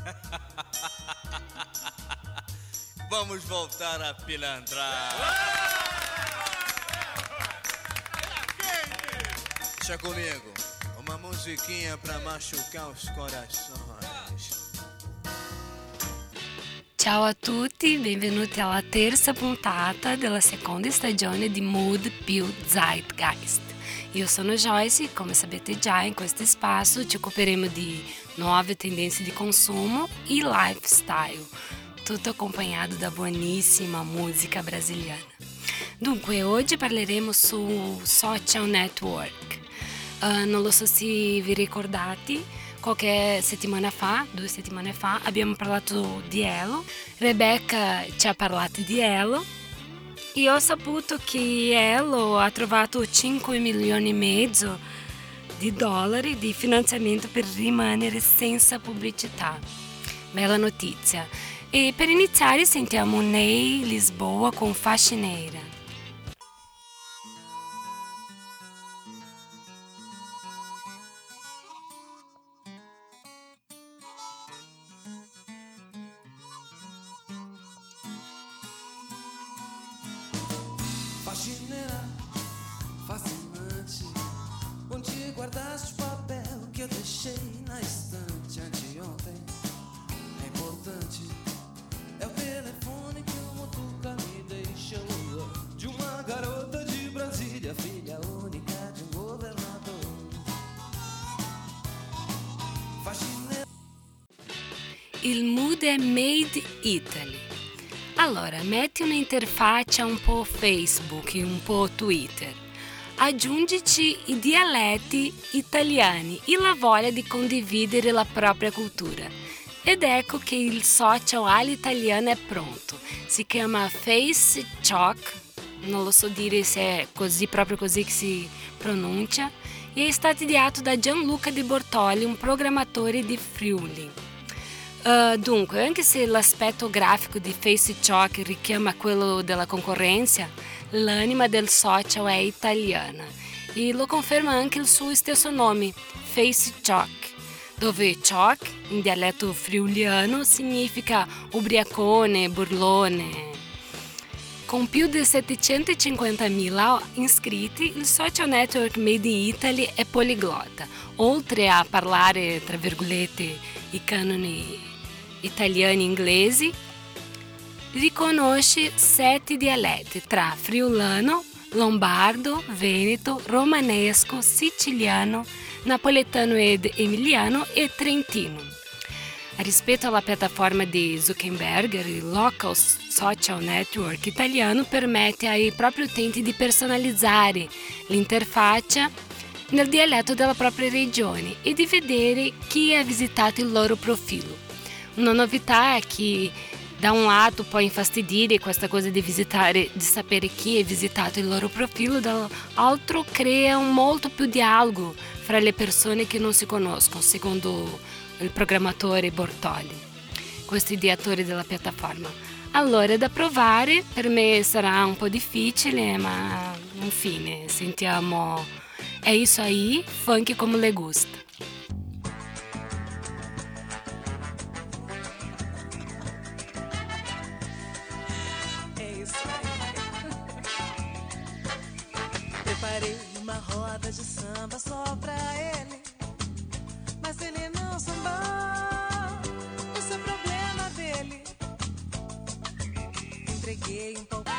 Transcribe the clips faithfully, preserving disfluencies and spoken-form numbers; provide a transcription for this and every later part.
Vamos voltar a pilantrar. Deixa comigo, uma musiquinha pra machucar os corações. Ciao a tutti, benvenuti alla terza puntata della seconda stagione di Mood più Zeitgeist. Io sono Joyce e come sapete già in questo spazio ci occuperemo di nuove tendenze di consumo e lifestyle, tutto accompagnato da buonissima musica brasiliana. Dunque, oggi parleremo su social network. Uh, non lo so se vi ricordate, qualche settimana fa, due settimane fa, abbiamo parlato di Elo. Rebecca ci ha parlato di Elo e ho saputo che Elo ha trovato cinque milioni e mezzo di dollari di finanziamento per rimanere senza pubblicità. Bella notizia. E per iniziare sentiamo Ney Lisboa con Faxineira. Faxineira, fascinante, onde guardaste o papel que eu deixei na estante anteontem. É importante, é o telefone que o Motuca me deixou, de uma garota de Brasília, filha única de um governador. Faxineira. Il mood è made Italy. Allora, metti un'interfaccia un po' Facebook, un po' Twitter. Aggiungici i dialetti italiani e la voglia di condividere la propria cultura. Ed ecco che il social all'italiana è pronto. Si chiama FaceChock, non lo so dire se è così, proprio così che si pronuncia, e è stato ideato da Gianluca Di Bortoli, un programmatore di Friuli. Uh, dunque, anche se l'aspetto grafico di FaceChock richiama quello della concorrenza, l'anima del social è italiana e lo conferma anche il suo stesso nome, FaceChock, dove choc, in dialetto friuliano, significa ubriacone, burlone. Con più di settecentocinquantamila iscritti, il social network Made in Italy è poliglotta. Oltre a parlare, tra virgolette, i canoni italiani e inglesi, riconosce sette dialetti tra friulano, lombardo, veneto, romanesco, siciliano, napoletano ed emiliano e trentino. Rispetto alla piattaforma di Zuckerberg, il Local Social Network italiano permette ai propri utenti di personalizzare l'interfaccia nel dialetto della propria regione e di vedere chi ha visitato il loro profilo. Una novità è che da un lato può infastidire questa cosa di visitare, di sapere chi ha visitato il loro profilo, dall'altro crea un molto più dialogo fra le persone che non si conoscono, secondo il programmatore Bortoli, questo ideatore della piattaforma. Allora, da provare, per me sarà un po' difficile, ma infine, sentiamo. É isso aí, funk como le gusta. É isso aí. Preparei uma roda de samba só pra ele, mas ele não sambou, isso é problema dele. Entreguei um pouco.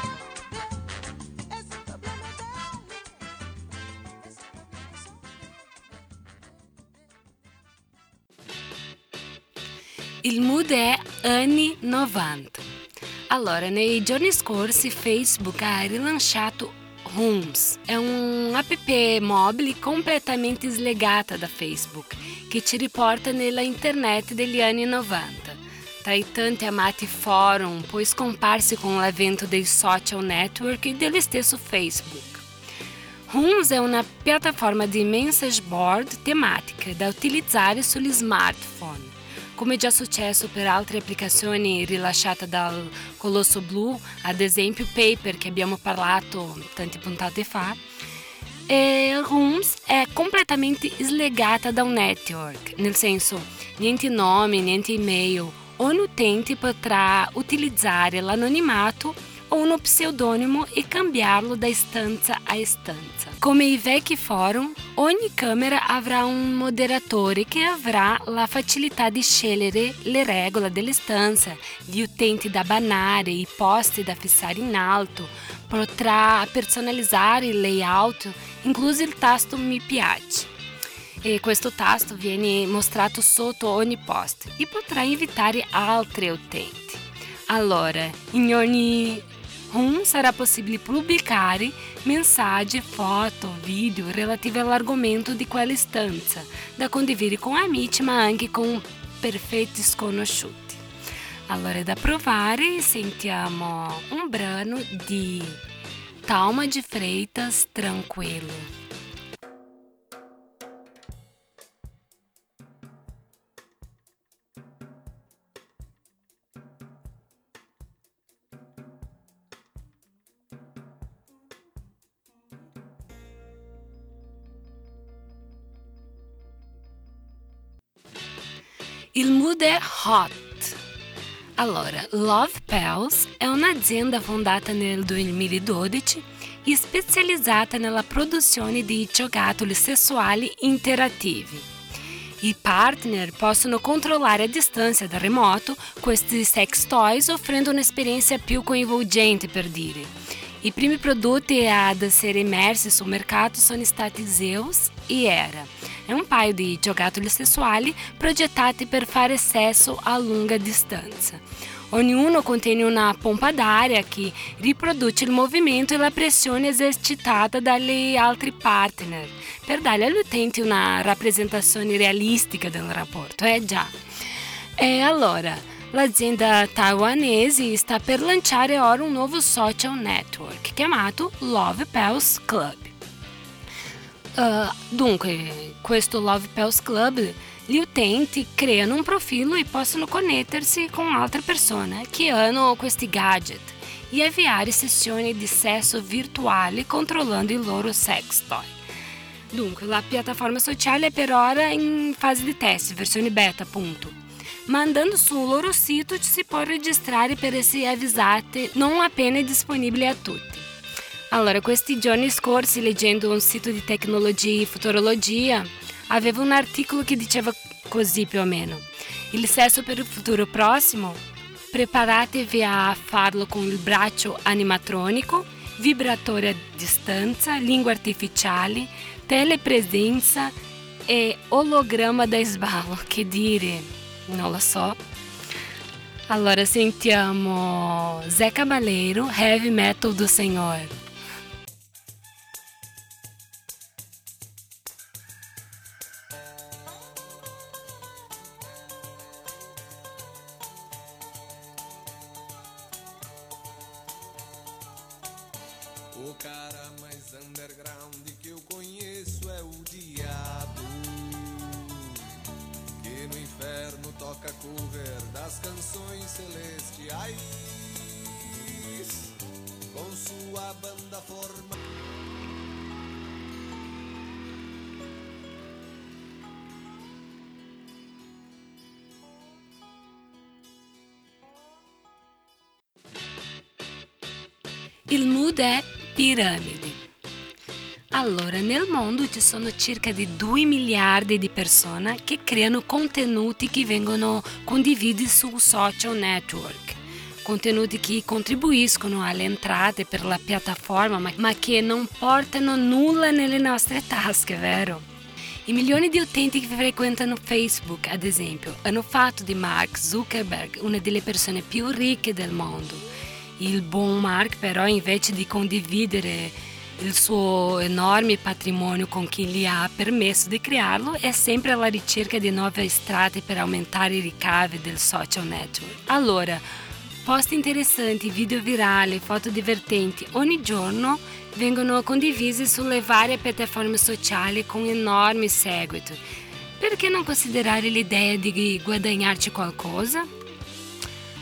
Il mood è anni novanta. Allora, nei giorni scorsi Facebook ha rilanciato Homes. È un'app mobile completamente slegata da Facebook che ci riporta nella internet degli anni novanta. Tra i tanti amati forum, poi scomparsi con l'avvento dei social network e dello stesso Facebook. Homes è una piattaforma di message board tematica da utilizzare sugli smartphone. Come già successo per altre applicazioni rilasciate dal Colosso Blu, ad esempio Paper, che abbiamo parlato tante puntate fa, E Rooms è completamente slegata da un network, nel senso, niente nome, niente email. Ogni utente potrà utilizzare l'anonimato o uno pseudonimo e cambiarlo da stanza a stanza. Come i vecchi forum, ogni camera avrà un moderatore che avrà la facilità di scegliere le regole della stanza, gli utenti da bannare, i posti da fissare in alto, potrà personalizzare il layout, incluso il tasto mi piace. E questo tasto viene mostrato sotto ogni post e potrà invitare altri utenti. Allora, in ogni room sarà possibile pubblicare mensaggi, foto, video relativi all'argomento di quella stanza, da condividere con amici ma anche con perfetti sconosciuti. Allora, da provare, sentiamo un brano di Thalma de Freitas, Tranquilo. Il mood è hot. Allora, Love Pals è un'azienda fondata nel duemiladodici e specializzata nella produzione di giocattoli sessuali interattivi. I partner possono controllare a distanza da remoto questi sex toys, offrendo un'esperienza più coinvolgente, per dire. I primi prodotti ad essere emersi sul mercato sono stati Zeus e Hera. È un paio di giocattoli sessuali progettati per fare sesso a lunga distanza. Ognuno contiene una pompa d'aria che riproduce il movimento e la pressione esercitata dagli altri partner, per dare agli utenti una rappresentazione realistica del rapporto. Eh già. E allora, l'azienda taiwanese sta per lanciare ora un nuovo social network chiamato Love Pals Club. Uh, dunque, questo Love Pals Club, gli utenti creano un profilo e possono connettersi con altre persone che hanno questi gadget e avviare sessioni di sesso virtuali controllando il loro sex toy. Dunque, la piattaforma sociale è per ora in fase di test, versione beta, appunto. Ma andando sul loro sito ci si può registrare per essere avvisati non appena è disponibile a tutti. Allora, questi giorni scorsi, leggendo un sito di tecnologia e futurologia, avevo un articolo che diceva così più o meno: il sesso per il futuro prossimo? Preparatevi a farlo con il braccio animatronico, vibratore a distanza, lingua artificiale, telepresenza e ologramma da sballo. Che dire? Non lo so. Allora, sentiamo Zé Cabaleiro, Heavy Metal do Senhor. O cara mais underground que eu conheço é o diabo, que no inferno toca cover das canções celestiais, com sua banda forma. Il mood è piramide. Allora, nel mondo ci sono circa di due miliardi di persone che creano contenuti che vengono condivisi su social network. Contenuti che contribuiscono alle entrate per la piattaforma, ma, ma che non portano nulla nelle nostre tasche, vero? I milioni di utenti che frequentano Facebook, ad esempio, hanno fatto di Mark Zuckerberg una delle persone più ricche del mondo. Il buon Mark, però, invece di condividere il suo enorme patrimonio con chi gli ha permesso di crearlo, è sempre alla ricerca di nuove strade per aumentare i ricavi del social network. Allora, post interessanti, video virali, foto divertenti ogni giorno vengono condivisi sulle varie piattaforme sociali con enorme seguito. Perché non considerare l'idea di guadagnarci qualcosa?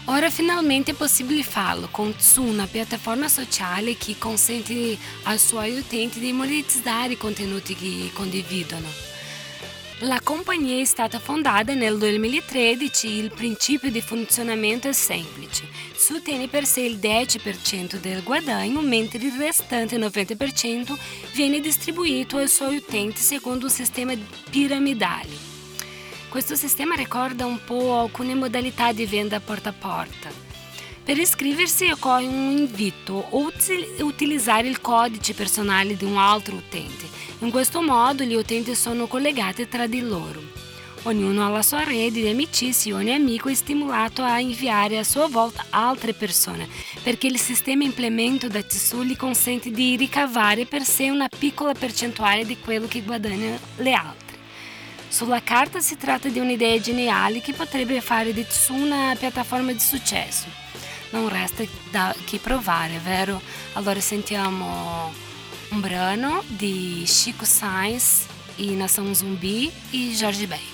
Ora finalmente è possibile farlo con Tsu, una piattaforma sociale che consente ai suoi utenti di monetizzare i contenuti che condividono. La compagnia è stata fondata nel duemilatredici e il principio di funzionamento è semplice. Tsu tiene per sé il dieci per cento del guadagno, mentre il restante novanta per cento viene distribuito ai suoi utenti secondo un sistema piramidale. Questo sistema ricorda un po' alcune modalità di venda porta a porta. Per iscriversi occorre un invito o utilizzare il codice personale di un altro utente. In questo modo gli utenti sono collegati tra di loro. Ognuno ha la sua rete di amicizie e ogni amico è stimolato a inviare a sua volta altre persone, perché il sistema implementato da Tsu gli consente di ricavare per sé una piccola percentuale di quello che guadagnano le altre. Sulla carta si tratta di un'idea geniale che potrebbe fare di Tsu una piattaforma di successo. Non resta da che provare, vero? Allora sentiamo un brano di Chico Sainz e Nação Zumbi e Jorge Ben.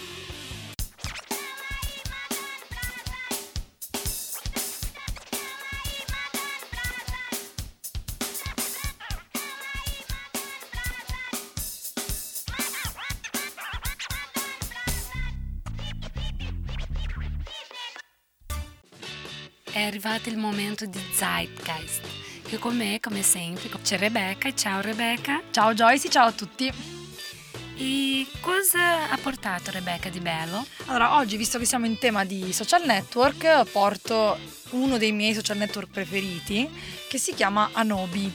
È arrivato il momento di Zeitgeist, che con me, come sempre, c'è Rebecca. Ciao Rebecca. Ciao Joyce, ciao a tutti. E cosa ha portato Rebecca di bello? Allora, oggi, visto che siamo in tema di social network, porto uno dei miei social network preferiti, che si chiama Anobi.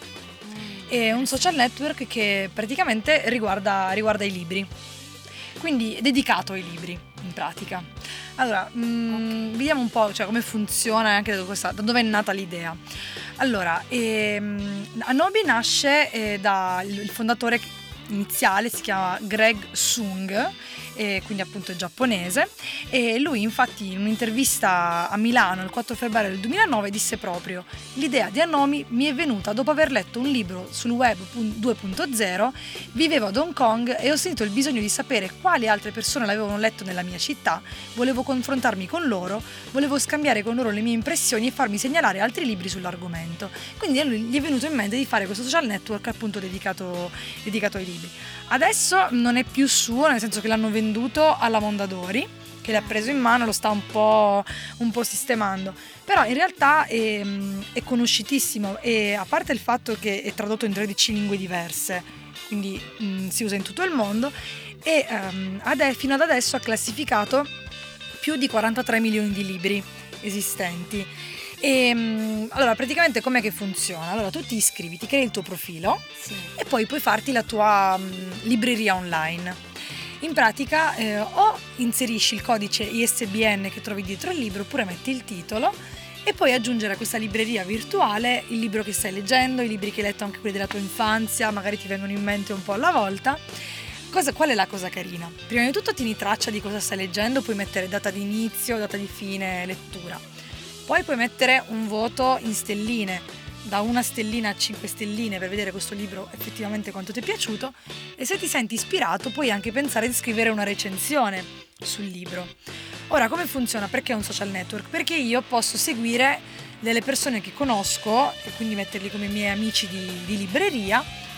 È un social network che praticamente riguarda, riguarda i libri, quindi è dedicato ai libri, in pratica. Allora, mh, vediamo un po', cioè, come funziona e anche da, questa, da dove è nata l'idea. Allora, ehm, Anobi nasce eh, dal il fondatore iniziale, si chiama Greg Sung, e quindi appunto è giapponese, e lui infatti in un'intervista a Milano il quattro febbraio del duemilanove disse proprio: l'idea di Anobi mi è venuta dopo aver letto un libro sul web due punto zero, vivevo ad Hong Kong e ho sentito il bisogno di sapere quali altre persone l'avevano letto nella mia città, volevo confrontarmi con loro, volevo scambiare con loro le mie impressioni e farmi segnalare altri libri sull'argomento. Quindi a lui gli è venuto in mente di fare questo social network appunto dedicato, dedicato ai libri. Adesso non è più suo, nel senso che l'hanno venduto alla Mondadori, che l'ha preso in mano, lo sta un po', un po' sistemando, però in realtà è, è conosciutissimo, e a parte il fatto che è tradotto in tredici lingue diverse, quindi mh, si usa in tutto il mondo, e um, ade- fino ad adesso ha classificato più di quarantatré milioni di libri esistenti. E, allora, praticamente com'è che funziona? Allora, tu ti iscrivi, ti crei il tuo profilo, sì, e poi puoi farti la tua um, libreria online. In pratica eh, o inserisci il codice I S B N che trovi dietro il libro, oppure metti il titolo e puoi aggiungere a questa libreria virtuale il libro che stai leggendo, i libri che hai letto, anche quelli della tua infanzia, magari ti vengono in mente un po' alla volta. Cosa, qual è la cosa carina? Prima di tutto tieni traccia di cosa stai leggendo, puoi mettere data di inizio, data di fine lettura. Poi puoi mettere un voto in stelline, da una stellina a cinque stelline, per vedere questo libro effettivamente quanto ti è piaciuto, e se ti senti ispirato puoi anche pensare di scrivere una recensione sul libro. Ora, come funziona? Perché è un social network? Perché io posso seguire delle persone che conosco e quindi metterli come miei amici di, di libreria,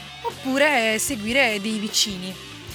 oppure seguire dei vicini.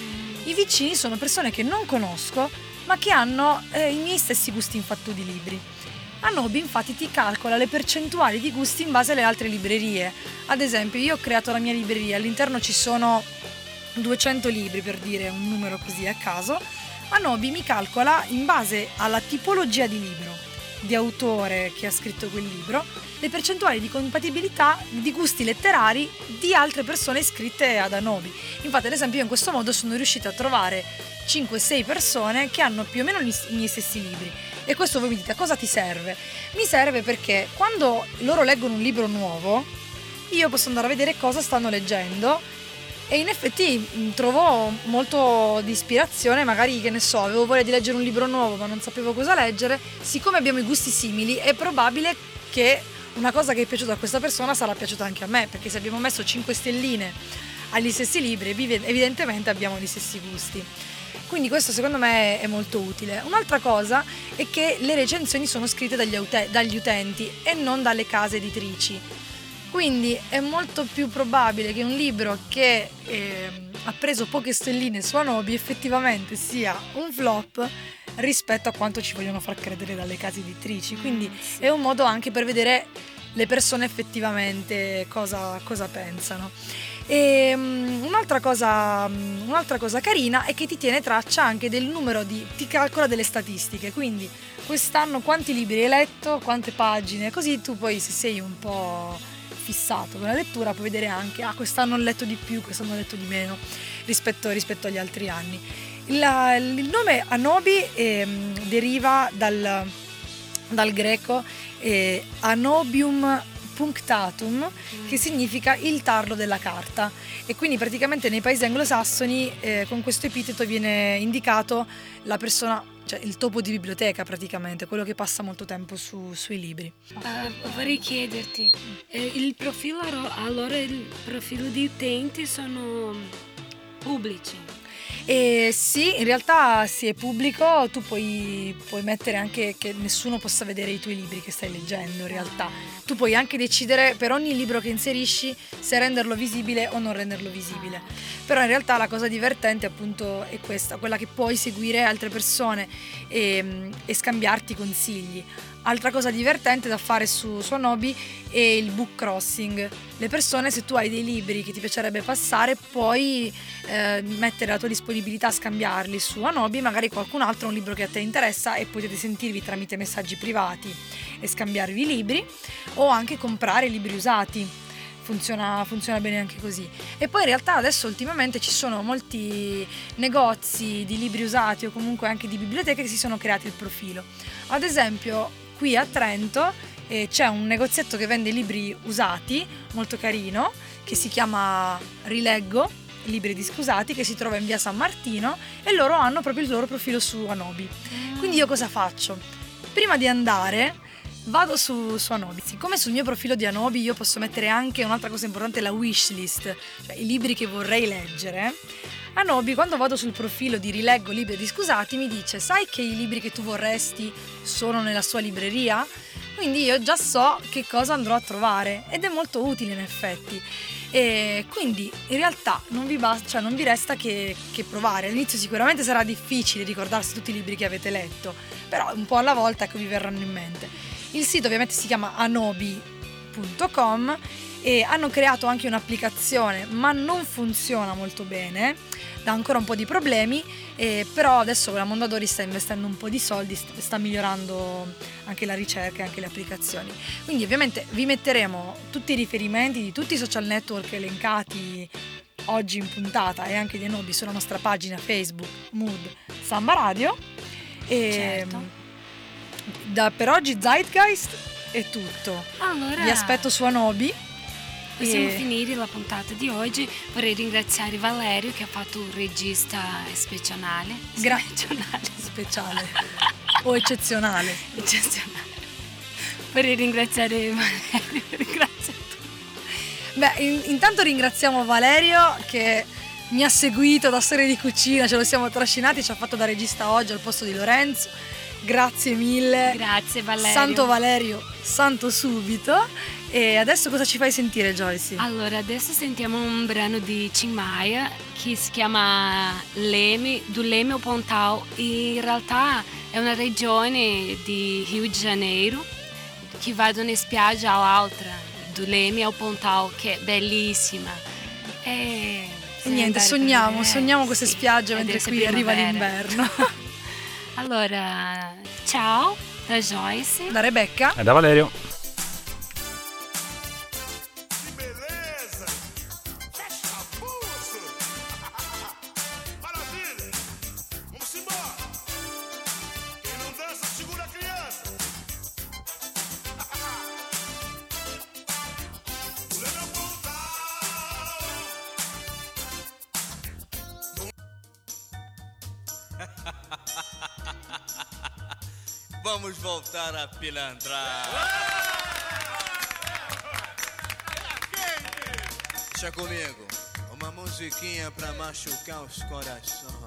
I vicini sono persone che non conosco ma che hanno eh, i miei stessi gusti in fatto di libri. Anobi infatti ti calcola le percentuali di gusti in base alle altre librerie. Ad esempio, io ho creato la mia libreria, all'interno ci sono duecento libri, per dire un numero così a caso. Anobi mi calcola in base alla tipologia di libro, di autore che ha scritto quel libro, le percentuali di compatibilità di gusti letterari di altre persone iscritte ad Anobi. Infatti, ad esempio, io in questo modo sono riuscita a trovare cinque sei persone che hanno più o meno i miei stessi libri. E questo voi mi dite, a cosa ti serve? Mi serve perché quando loro leggono un libro nuovo, io posso andare a vedere cosa stanno leggendo, e in effetti trovo molto di ispirazione. Magari, che ne so, avevo voglia di leggere un libro nuovo ma non sapevo cosa leggere. Siccome abbiamo i gusti simili, è probabile che una cosa che è piaciuta a questa persona sarà piaciuta anche a me, perché se abbiamo messo cinque stelline agli stessi libri, evidentemente abbiamo gli stessi gusti. Quindi questo secondo me è molto utile. Un'altra cosa è che le recensioni sono scritte dagli, aute- dagli utenti e non dalle case editrici. Quindi è molto più probabile che un libro che eh, ha preso poche stelline su Anobi effettivamente sia un flop rispetto a quanto ci vogliono far credere dalle case editrici. Quindi Mm, sì. è un modo anche per vedere le persone effettivamente cosa, cosa pensano. E um, un'altra cosa, um, un'altra cosa carina è che ti tiene traccia anche del numero di, ti calcola delle statistiche, quindi quest'anno quanti libri hai letto, quante pagine, così tu poi se sei un po' fissato con la lettura puoi vedere anche, ah quest'anno ho letto di più, quest'anno ho letto di meno rispetto, rispetto agli altri anni. La, il nome Anobi eh, deriva dal, dal greco eh, Anobium punctatum, che significa il tarlo della carta, e quindi praticamente nei paesi anglosassoni eh, con questo epiteto viene indicato la persona, cioè il topo di biblioteca praticamente, quello che passa molto tempo su, sui libri. Uh, vorrei chiederti, eh, il profilo, allora il profilo di utenti sono pubblici? E sì, in realtà se è pubblico tu puoi, puoi mettere anche che nessuno possa vedere i tuoi libri che stai leggendo in realtà. Tu puoi anche decidere per ogni libro che inserisci se renderlo visibile o non renderlo visibile. Però in realtà la cosa divertente appunto è questa, quella che puoi seguire altre persone e, e scambiarti consigli. Altra cosa divertente da fare su, su Anobi è il book crossing. Le persone, se tu hai dei libri che ti piacerebbe passare, puoi eh, mettere la tua disponibilità a scambiarli su Anobi, magari qualcun altro ha un libro che a te interessa e potete sentirvi tramite messaggi privati e scambiarvi i libri, o anche comprare libri usati. Funziona, funziona bene anche così. E poi in realtà adesso ultimamente ci sono molti negozi di libri usati o comunque anche di biblioteche che si sono creati il profilo. Ad esempio qui a Trento eh, c'è un negozietto che vende libri usati molto carino che si chiama Rileggo, libri discusati, che si trova in via San Martino, e loro hanno proprio il loro profilo su Anobi. Quindi io cosa faccio? Prima di andare vado su, su Anobi. Siccome sul mio profilo di Anobi io posso mettere anche un'altra cosa importante, la wishlist, cioè i libri che vorrei leggere, Anobi, quando vado sul profilo di Rileggo libri discusati, mi dice: sai che i libri che tu vorresti sono nella sua libreria? Quindi io già so che cosa andrò a trovare, ed è molto utile in effetti. E quindi in realtà non vi, basta, cioè non vi resta che, che provare. All'inizio sicuramente sarà difficile ricordarsi tutti i libri che avete letto, però un po' alla volta ecco vi verranno in mente. Il sito ovviamente si chiama anobi punto com e hanno creato anche un'applicazione, ma non funziona molto bene, dà ancora un po' di problemi, eh, però adesso la Mondadori sta investendo un po' di soldi, sta migliorando anche la ricerca e anche le applicazioni. Quindi ovviamente vi metteremo tutti i riferimenti di tutti i social network elencati oggi in puntata e anche di Anobi sulla nostra pagina Facebook Mood Samba Radio. E Certo. da, per oggi Zeitgeist è tutto. Allora, Vi aspetto su Anobi. possiamo e- finire la puntata di oggi. Vorrei ringraziare Valerio che ha fatto un regista speciale. Gra- Speciale. speciale o eccezionale. Eccezionale. Vorrei ringraziare Valerio. Ringrazio tu. Beh, in- intanto ringraziamo Valerio che mi ha seguito da Storie di Cucina, ce lo siamo trascinati, ci ha fatto da regista oggi al posto di Lorenzo. Grazie mille. Grazie Valerio. Santo Valerio, santo subito. E adesso cosa ci fai sentire, Joyce? Allora, adesso sentiamo un brano di Tim Maia che si chiama Leme, do Leme ao Pontal. In realtà è una regione di Rio de Janeiro che va da una spiaggia all'altra, do Leme ao Pontal, che è bellissima. E, E niente, sogniamo, sogniamo queste spiagge mentre adesso qui arriva primavera. l'inverno. Allora, ciao da Joyce. Da Rebecca. E da Valerio. Que beleza! Abuso! Maravilha! Vamos embora! Quem não dança, segura a criança! O Leme ao Pontal! Vamos voltar a pilantrar. Deixa comigo, uma musiquinha pra machucar os corações.